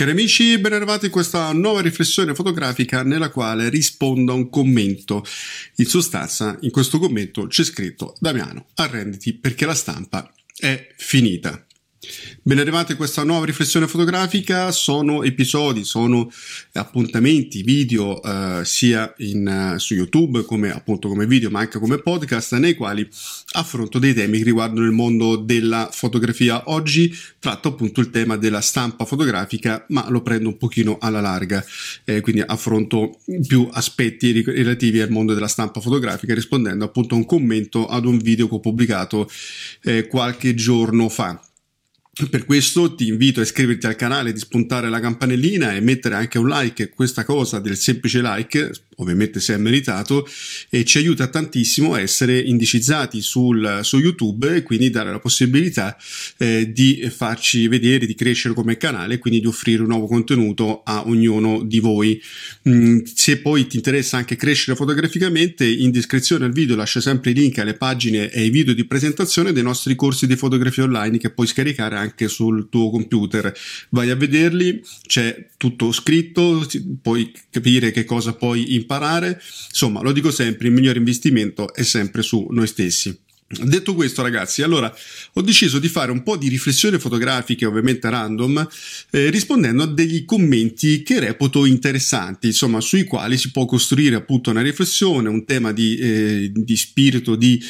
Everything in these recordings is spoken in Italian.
Cari amici, ben arrivati in questa nuova riflessione fotografica nella quale rispondo a un commento. In sostanza, in questo commento c'è scritto: Damiano, arrenditi perché la stampa è finita. Ben arrivati in questa nuova riflessione fotografica. Sono episodi, sono appuntamenti video sia su YouTube come appunto come video ma anche come podcast, nei quali affronto dei temi che riguardano il mondo della fotografia. Oggi tratto appunto il tema della stampa fotografica, ma lo prendo un pochino alla larga, quindi affronto più aspetti relativi al mondo della stampa fotografica, rispondendo appunto a un commento ad un video che ho pubblicato qualche giorno fa. Per questo ti invito a iscriverti al canale, di spuntare la campanellina e mettere anche un like. Questa cosa del semplice like, ovviamente se è meritato, e ci aiuta tantissimo a essere indicizzati su YouTube, e quindi dare la possibilità di farci vedere, di crescere come canale, e quindi di offrire un nuovo contenuto a ognuno di voi. Se poi ti interessa anche crescere fotograficamente, in descrizione al video lascio sempre i link alle pagine e ai video di presentazione dei nostri corsi di fotografia online che puoi scaricare anche sul tuo computer. Vai a vederli, c'è tutto scritto, puoi capire che cosa puoi imparare. Insomma, lo dico sempre, il migliore investimento è sempre su noi stessi. Detto questo, ragazzi, allora ho deciso di fare un po' di riflessioni fotografiche, ovviamente random, rispondendo a degli commenti che reputo interessanti, insomma, sui quali si può costruire appunto una riflessione, un tema di spirito, di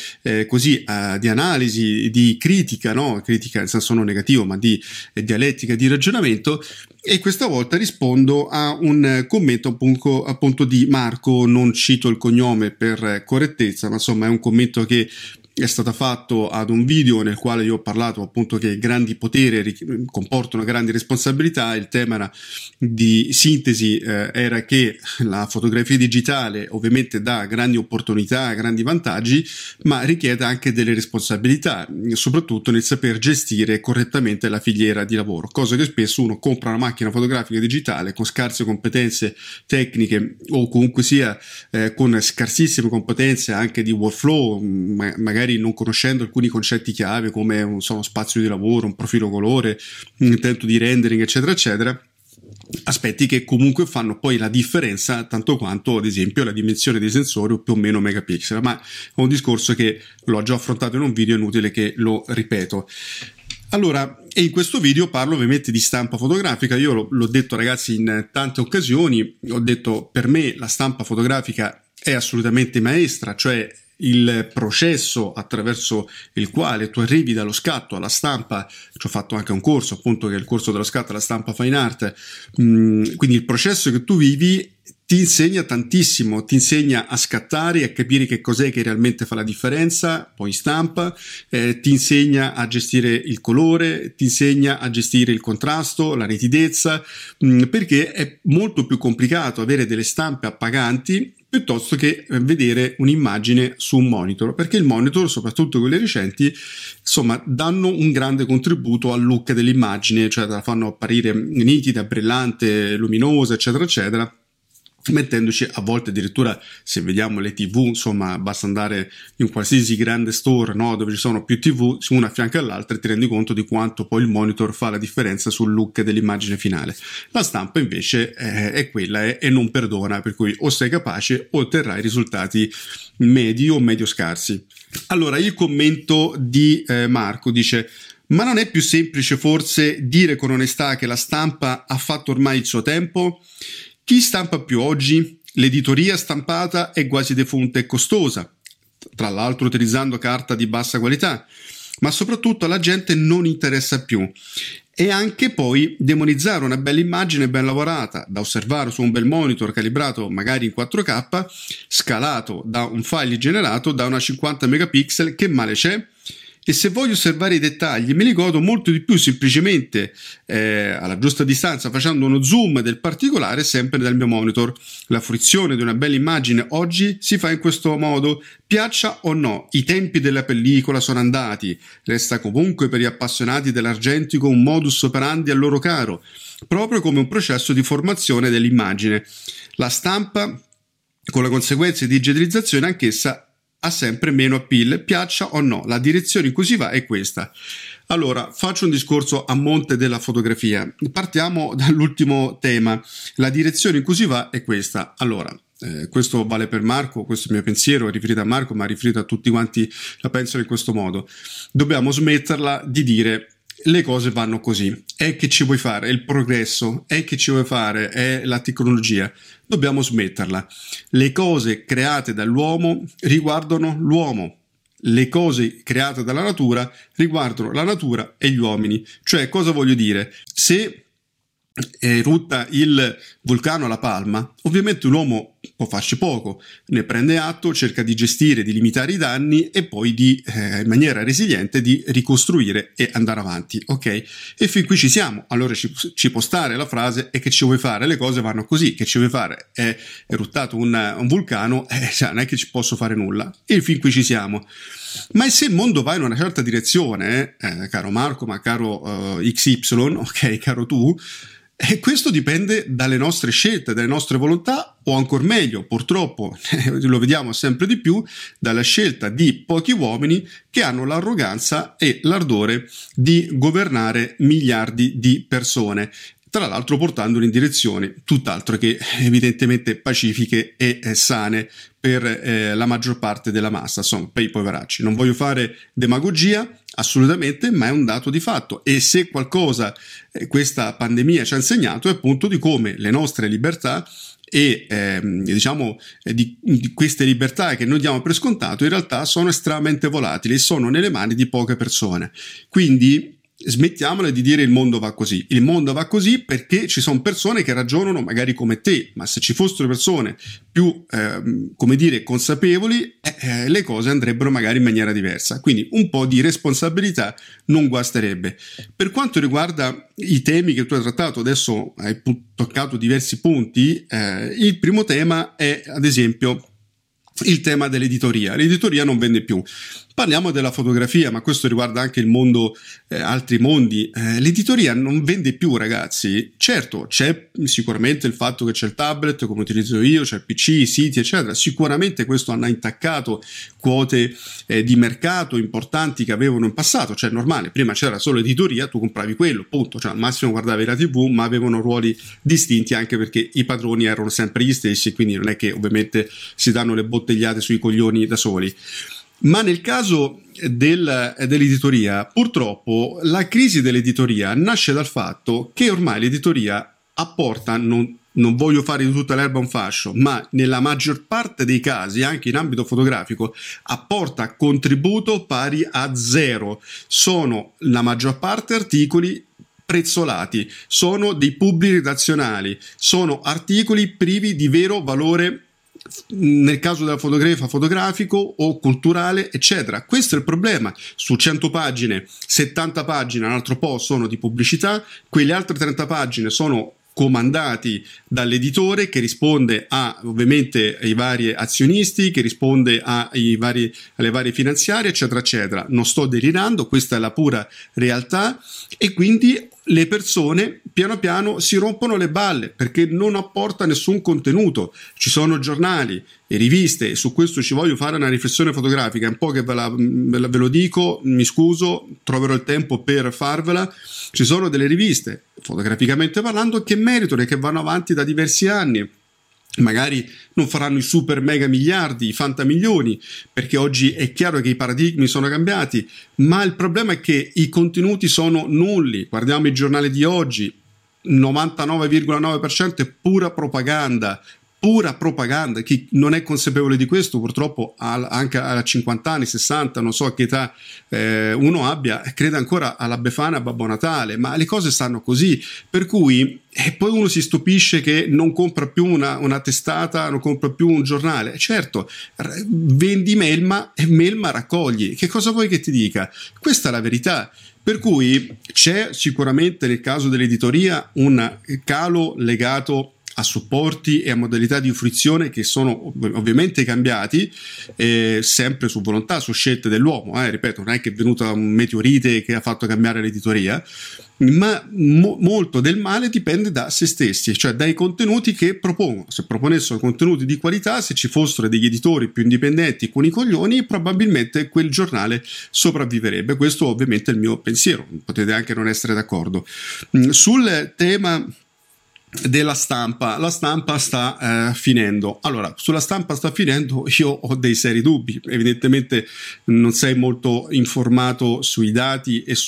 analisi, di critica, no? Critica in senso non negativo, ma di dialettica, di ragionamento. E questa volta rispondo a un commento appunto di Marco. Non cito il cognome per correttezza, ma insomma è un commento che è stato fatto ad un video nel quale io ho parlato appunto che grandi poteri comportano grandi responsabilità. Il tema era di sintesi, era che la fotografia digitale ovviamente dà grandi opportunità, grandi vantaggi, ma richiede anche delle responsabilità, soprattutto nel saper gestire correttamente la filiera di lavoro, cosa che spesso uno compra una macchina fotografica digitale con scarse competenze tecniche, o comunque sia con scarsissime competenze anche di workflow, magari non conoscendo alcuni concetti chiave come uno spazio di lavoro, un profilo colore, un intento di rendering, eccetera eccetera, aspetti che comunque fanno poi la differenza, tanto quanto ad esempio la dimensione dei sensori o più o meno megapixel. Ma è un discorso che l'ho già affrontato in un video, è inutile che lo ripeto. Allora, e in questo video parlo ovviamente di stampa fotografica. Io l'ho detto, ragazzi, in tante occasioni. Ho detto, per me la stampa fotografica è assolutamente maestra, cioè il processo attraverso il quale tu arrivi dallo scatto alla stampa. Ci ho fatto anche un corso, appunto, che è il corso dello scatto alla stampa fine art. Quindi il processo che tu vivi ti insegna tantissimo, ti insegna a scattare, a capire che cos'è che realmente fa la differenza, poi stampa, ti insegna a gestire il colore, ti insegna a gestire il contrasto, la nitidezza, perché è molto più complicato avere delle stampe appaganti piuttosto che vedere un'immagine su un monitor, perché il monitor, soprattutto quelle recenti, insomma, danno un grande contributo al look dell'immagine, cioè la fanno apparire nitida, brillante, luminosa, eccetera eccetera, mettendoci a volte addirittura, se vediamo le TV, insomma, basta andare in qualsiasi grande store, no, dove ci sono più TV, una a fianco all'altra, e ti rendi conto di quanto poi il monitor fa la differenza sul look dell'immagine finale. La stampa invece è quella e non perdona, per cui o sei capace o otterrai risultati medi o medio scarsi. Allora, il commento di Marco dice: ma non è più semplice forse dire con onestà che la stampa ha fatto ormai il suo tempo? Chi stampa più oggi? L'editoria stampata è quasi defunta e costosa, tra l'altro utilizzando carta di bassa qualità, ma soprattutto alla gente non interessa più. E anche poi demonizzare una bella immagine ben lavorata, da osservare su un bel monitor calibrato magari in 4K, scalato da un file generato da una 50 megapixel, che male c'è? E se voglio osservare i dettagli me li godo molto di più semplicemente alla giusta distanza, facendo uno zoom del particolare sempre dal mio monitor. La fruizione di una bella immagine oggi si fa in questo modo, piaccia o no. I tempi della pellicola sono andati, resta comunque per gli appassionati dell'argentico un modus operandi a loro caro, proprio come un processo di formazione dell'immagine. La stampa, con le conseguenze di digitalizzazione, anch'essa ha sempre meno appeal, piaccia o no. La direzione in cui si va è questa. Allora, faccio un discorso a monte della fotografia. Partiamo dall'ultimo tema. La direzione in cui si va è questa. Allora, questo vale per Marco, questo è il mio pensiero, è riferito a Marco, ma è riferito a tutti quanti la pensano in questo modo. Dobbiamo smetterla di dire le cose vanno così. È che ci vuoi fare? È il progresso? È che ci vuoi fare? È la tecnologia? Dobbiamo smetterla. Le cose create dall'uomo riguardano l'uomo. Le cose create dalla natura riguardano la natura e gli uomini. Cioè, cosa voglio dire? Se erutta il vulcano La Palma, ovviamente l'uomo può farci poco, ne prende atto, cerca di gestire, di limitare i danni e poi in maniera resiliente di ricostruire e andare avanti, ok? E fin qui ci siamo. Allora ci può stare la frase: e che ci vuoi fare? Le cose vanno così, che ci vuoi fare? È eruttato un vulcano, non è che ci posso fare nulla. E fin qui ci siamo. Ma se il mondo va in una certa direzione, caro Marco, ma caro XY, ok, caro tu, e questo dipende dalle nostre scelte, dalle nostre volontà, o ancor meglio, purtroppo, lo vediamo sempre di più, dalla scelta di pochi uomini che hanno l'arroganza e l'ardore di governare miliardi di persone, tra l'altro portandoli in direzioni tutt'altro che evidentemente pacifiche e sane per la maggior parte della massa, insomma, per i poveracci. Non voglio fare demagogia, assolutamente, ma è un dato di fatto. E se qualcosa questa pandemia ci ha insegnato è appunto di come le nostre libertà e di queste libertà che noi diamo per scontato in realtà sono estremamente volatili e sono nelle mani di poche persone. Quindi smettiamola di dire il mondo va così. Il mondo va così perché ci sono persone che ragionano magari come te, ma se ci fossero persone più consapevoli, le cose andrebbero magari in maniera diversa. Quindi un po' di responsabilità non guasterebbe. Per quanto riguarda i temi che tu hai trattato, adesso hai toccato diversi punti. Il primo tema è, ad esempio, il tema dell'editoria. L'editoria non vende più. Parliamo della fotografia, ma questo riguarda anche il mondo, altri mondi. L'editoria non vende più, ragazzi. Certo, c'è sicuramente il fatto che c'è il tablet, come utilizzo io, c'è il PC, i siti, eccetera. Sicuramente questo hanno intaccato quote di mercato importanti che avevano in passato. Cioè, è normale, prima c'era solo editoria, tu compravi quello, punto. Cioè, al massimo guardavi la TV, ma avevano ruoli distinti anche perché i padroni erano sempre gli stessi, quindi non è che ovviamente si danno le bottigliate sui coglioni da soli. Ma nel caso dell'editoria, purtroppo la crisi dell'editoria nasce dal fatto che ormai l'editoria apporta, non voglio fare di tutta l'erba un fascio, ma nella maggior parte dei casi, anche in ambito fotografico, apporta contributo pari a zero. Sono la maggior parte articoli prezzolati, sono dei pubblici redazionali, sono articoli privi di vero valore, nel caso della fotografia, fotografico o culturale, eccetera. Questo è il problema. Su 100 pagine, 70 pagine, un altro po' sono di pubblicità, quelle altre 30 pagine sono comandati dall'editore che risponde ovviamente ai vari azionisti, che risponde alle varie finanziarie, eccetera, eccetera. Non sto delirando, questa è la pura realtà, e quindi le persone piano piano si rompono le balle perché non apporta nessun contenuto. Ci sono giornali e riviste, e su questo ci voglio fare una riflessione fotografica, un po' che ve lo dico, mi scuso, troverò il tempo per farvela. Ci sono delle riviste, fotograficamente parlando, che meritano e che vanno avanti da diversi anni. Magari non faranno i super mega miliardi, i fantamilioni, perché oggi è chiaro che i paradigmi sono cambiati, ma il problema è che i contenuti sono nulli. Guardiamo i giornali di oggi, 99,9% è pura propaganda. Chi non è consapevole di questo purtroppo anche a 50 anni, 60, non so a che età uno abbia, crede ancora alla Befana, a Babbo Natale, ma le cose stanno così, per cui poi uno si stupisce che non compra più una testata, non compra più un giornale. Certo, vendi melma e melma raccogli, che cosa vuoi che ti dica? Questa è la verità. Per cui c'è sicuramente nel caso dell'editoria un calo legato a supporti e a modalità di fruizione che sono ovviamente cambiati, sempre su volontà, su scelte dell'uomo, ripeto, non è che è venuta un meteorite che ha fatto cambiare l'editoria, ma molto del male dipende da se stessi, cioè dai contenuti che propongono. Se proponessero contenuti di qualità, se ci fossero degli editori più indipendenti con i coglioni, probabilmente quel giornale sopravviverebbe. Questo ovviamente è il mio pensiero, potete anche non essere d'accordo. Sul tema della stampa, la stampa sta finendo. Allora, sulla stampa sta finendo, io ho dei seri dubbi. Evidentemente non sei molto informato sui dati e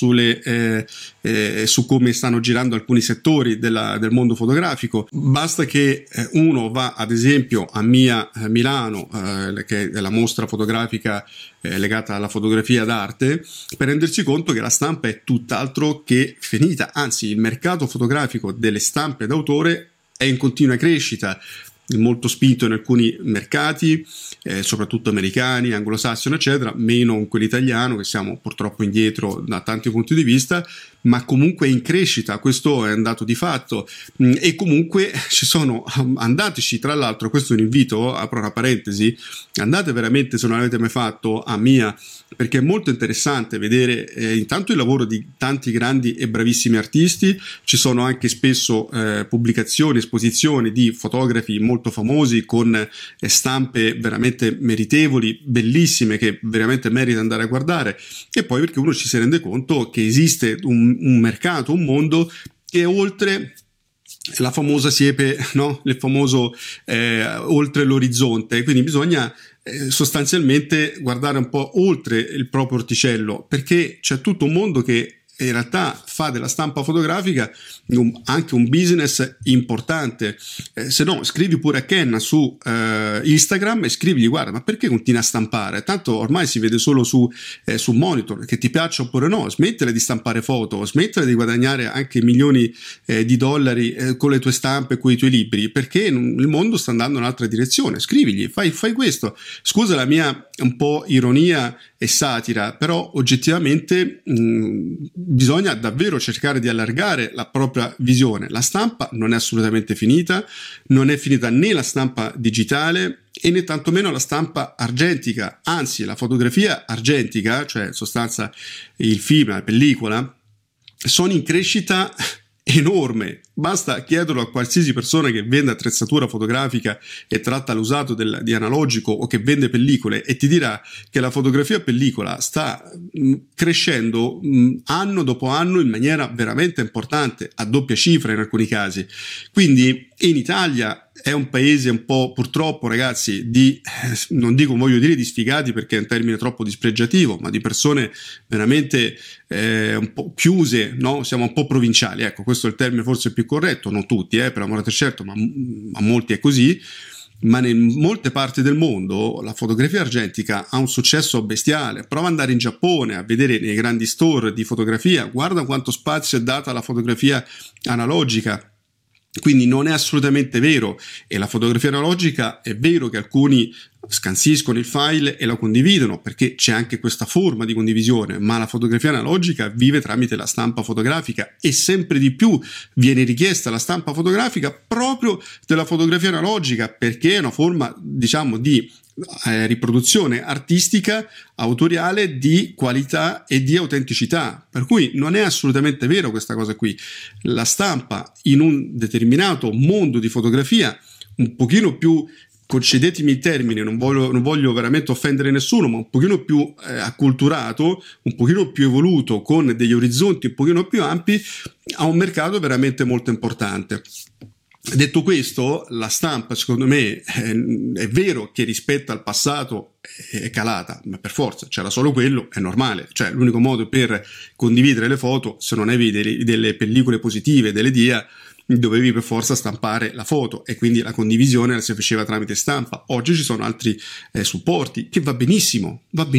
su come stanno girando alcuni settori del mondo fotografico. Basta che uno va ad esempio a MIA Milano, che è la mostra fotografica legata alla fotografia d'arte, per rendersi conto che la stampa è tutt'altro che finita. Anzi, il mercato fotografico delle stampe d'autore è in continua crescita, molto spinto in alcuni mercati, soprattutto americani, anglosassoni eccetera, meno in quello italiano, che siamo purtroppo indietro da tanti punti di vista, ma comunque in crescita. Questo è un dato di fatto. E comunque ci sono, andateci, tra l'altro, questo è un invito, apro una parentesi, andate veramente, se non l'avete mai fatto, a MIA, perché è molto interessante vedere intanto il lavoro di tanti grandi e bravissimi artisti. Ci sono anche spesso pubblicazioni, esposizioni di fotografi molto famosi con stampe veramente meritevoli, bellissime, che veramente merita andare a guardare. E poi perché uno ci si rende conto che esiste un mercato, un mondo che è oltre la famosa siepe, no? Il famoso oltre l'orizzonte. Quindi bisogna sostanzialmente guardare un po' oltre il proprio orticello, perché c'è tutto un mondo che in realtà fa della stampa fotografica anche un business importante. Se no, scrivi pure a Ken su Instagram e scrivigli: guarda, ma perché continui a stampare? Tanto ormai si vede solo su monitor, che ti piaccia oppure no. Smettila di stampare foto, smettila di guadagnare anche milioni di dollari con le tue stampe, con i tuoi libri, perché il mondo sta andando in un'altra direzione. Scrivigli, fai questo. Scusa la mia un po' ironia e satira, però oggettivamente bisogna davvero cercare di allargare la propria visione. La stampa non è assolutamente finita, non è finita né la stampa digitale e né tantomeno la stampa argentica, anzi la fotografia argentica, cioè in sostanza il film, la pellicola, sono in crescita enorme. Basta chiederlo a qualsiasi persona che vende attrezzatura fotografica e tratta l'usato di analogico o che vende pellicole, e ti dirà che la fotografia pellicola sta crescendo anno dopo anno in maniera veramente importante, a doppia cifra in alcuni casi. Quindi in Italia è un paese un po', purtroppo ragazzi, non voglio dire di sfigati perché è un termine troppo dispregiativo, ma di persone veramente un po' chiuse, no? Siamo un po' provinciali, ecco, questo è il termine forse più corretto, non tutti, per amore del certo, ma molti è così. Ma in molte parti del mondo la fotografia argentica ha un successo bestiale. Prova ad andare in Giappone a vedere nei grandi store di fotografia, guarda quanto spazio è dato alla fotografia analogica. Quindi non è assolutamente vero, e la fotografia analogica è vero che alcuni scansiscono il file e lo condividono, perché c'è anche questa forma di condivisione, ma la fotografia analogica vive tramite la stampa fotografica, e sempre di più viene richiesta la stampa fotografica proprio della fotografia analogica, perché è una forma, diciamo, di riproduzione artistica autoriale di qualità e di autenticità, per cui non è assolutamente vero questa cosa qui. La stampa in un determinato mondo di fotografia un pochino più, concedetemi il termine, non voglio veramente offendere nessuno, ma un pochino più acculturato, un pochino più evoluto, con degli orizzonti un pochino più ampi, ha un mercato veramente molto importante. Detto questo, la stampa secondo me è vero che rispetto al passato è calata, ma per forza c'era solo quello, è normale. Cioè l'unico modo per condividere le foto, se non avevi delle pellicole positive, delle dia, dovevi per forza stampare la foto, e quindi la condivisione la si faceva tramite stampa. Oggi ci sono altri supporti, che va benissimo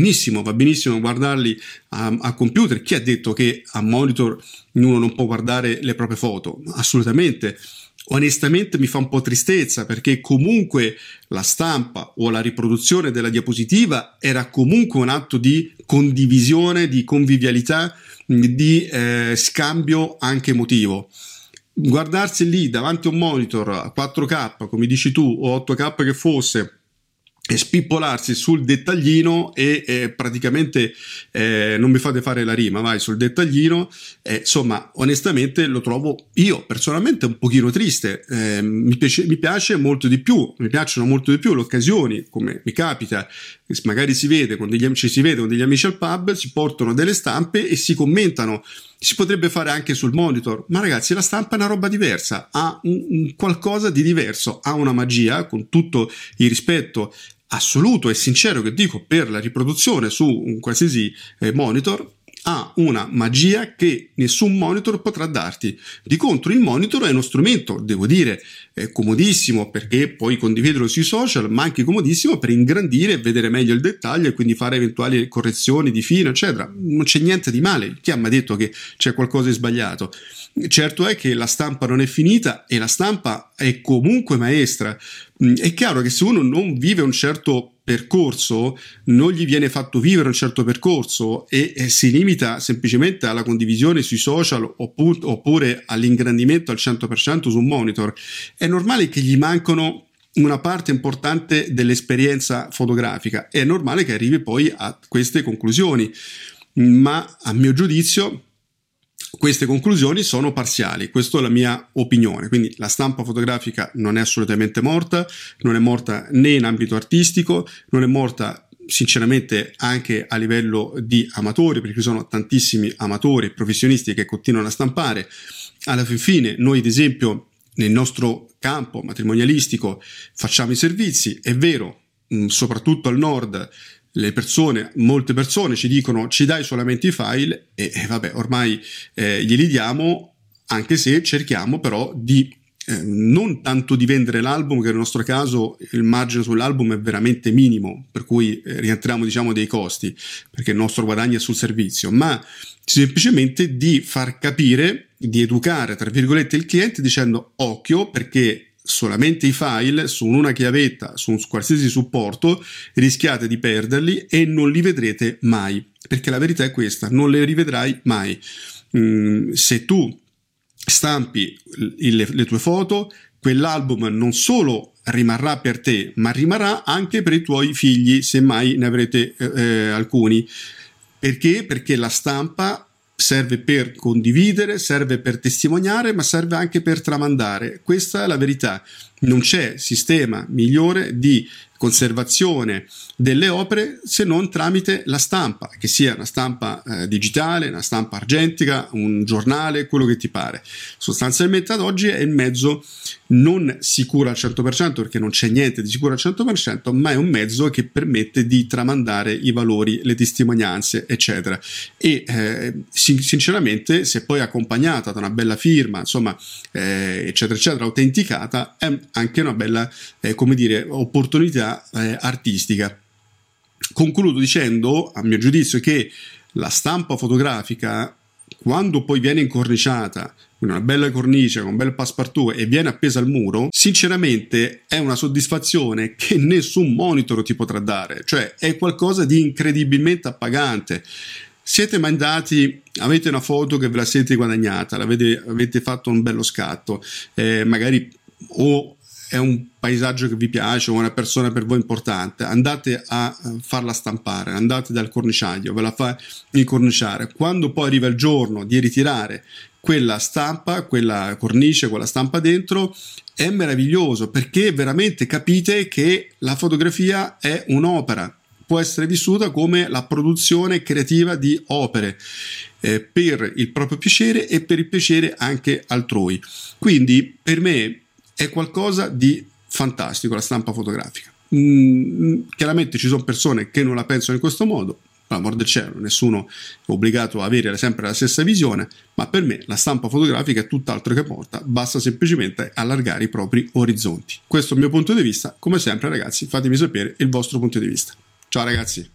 guardarli a computer. Chi ha detto che a monitor uno non può guardare le proprie foto? Assolutamente. Onestamente mi fa un po' tristezza, perché comunque la stampa o la riproduzione della diapositiva era comunque un atto di condivisione, di convivialità, di scambio anche emotivo. guardarsi lì davanti a un monitor a 4K, come dici tu, o 8K che fosse, e spippolarsi sul dettaglino e praticamente non mi fate fare la rima, vai, sul dettaglino, insomma, onestamente lo trovo io personalmente un pochino triste. Mi piace molto di più, mi piacciono molto di più le occasioni, come mi capita, magari ci si vede con degli amici al pub, si portano delle stampe e si commentano. Si potrebbe fare anche sul monitor, ma ragazzi, la stampa è una roba diversa, ha un qualcosa di diverso, ha una magia, con tutto il rispetto assoluto e sincero che dico per la riproduzione su un qualsiasi monitor, ha una magia che nessun monitor potrà darti. Di contro il monitor è uno strumento, devo dire, comodissimo perché puoi condividerlo sui social, ma anche comodissimo per ingrandire e vedere meglio il dettaglio e quindi fare eventuali correzioni di fino, eccetera. Non c'è niente di male. Chi mi ha detto che c'è qualcosa di sbagliato? Certo è che la stampa non è finita e la stampa è comunque maestra. È chiaro che se uno non vive un certo percorso, non gli viene fatto vivere un certo percorso e si limita semplicemente alla condivisione sui social oppure all'ingrandimento al 100% su un monitor, è normale che gli mancano una parte importante dell'esperienza fotografica, è normale che arrivi poi a queste conclusioni, ma a mio giudizio queste conclusioni sono parziali, questa è la mia opinione. Quindi la stampa fotografica non è assolutamente morta, non è morta né in ambito artistico, non è morta sinceramente anche a livello di amatori, perché ci sono tantissimi amatori e professionisti che continuano a stampare. Alla fine noi ad esempio nel nostro campo matrimonialistico facciamo i servizi, è vero, soprattutto al nord molte persone ci dicono ci dai solamente i file e vabbè, ormai glieli diamo, anche se cerchiamo però di non tanto di vendere l'album, che nel nostro caso il margine sull'album è veramente minimo, per cui rientriamo diciamo dei costi, perché il nostro guadagno è sul servizio, ma semplicemente di far capire, di educare tra virgolette il cliente dicendo occhio perché solamente i file su una chiavetta, su un qualsiasi supporto, rischiate di perderli e non li vedrete mai, perché la verità è questa, non le rivedrai mai. Se tu stampi le tue foto, quell'album non solo rimarrà per te, ma rimarrà anche per i tuoi figli, se mai ne avrete alcuni. Perché? Perché la stampa serve per condividere, serve per testimoniare, ma serve anche per tramandare. Questa è la verità. Non c'è sistema migliore di conservazione delle opere se non tramite la stampa, che sia una stampa digitale, una stampa argentica, un giornale, quello che ti pare. Sostanzialmente ad oggi è il mezzo non sicuro al 100%, perché non c'è niente di sicuro al 100%, ma è un mezzo che permette di tramandare i valori, le testimonianze, eccetera. E sinceramente, se poi accompagnata da una bella firma, insomma, eccetera, eccetera, autenticata, è anche una bella, come dire, opportunità artistica. Concludo dicendo, a mio giudizio, che la stampa fotografica, quando poi viene incorniciata, una bella cornice con un bel passepartout e viene appesa al muro, sinceramente è una soddisfazione che nessun monitor ti potrà dare, cioè è qualcosa di incredibilmente appagante. Siete mai andati, avete una foto che ve la siete guadagnata, avete fatto un bello scatto, magari o è un paesaggio che vi piace o una persona per voi importante, andate a farla stampare, andate dal corniciaio, ve la fa incorniciare. Quando poi arriva il giorno di ritirare quella stampa, quella cornice, quella stampa dentro, è meraviglioso, perché veramente capite che la fotografia è un'opera, può essere vissuta come la produzione creativa di opere per il proprio piacere e per il piacere anche altrui. Quindi per me è qualcosa di fantastico la stampa fotografica. Chiaramente ci sono persone che non la pensano in questo modo, per l'amor del cielo, nessuno è obbligato a avere sempre la stessa visione, ma per me la stampa fotografica è tutt'altro che morta, basta semplicemente allargare i propri orizzonti. Questo è il mio punto di vista, come sempre ragazzi fatemi sapere il vostro punto di vista. Ciao ragazzi!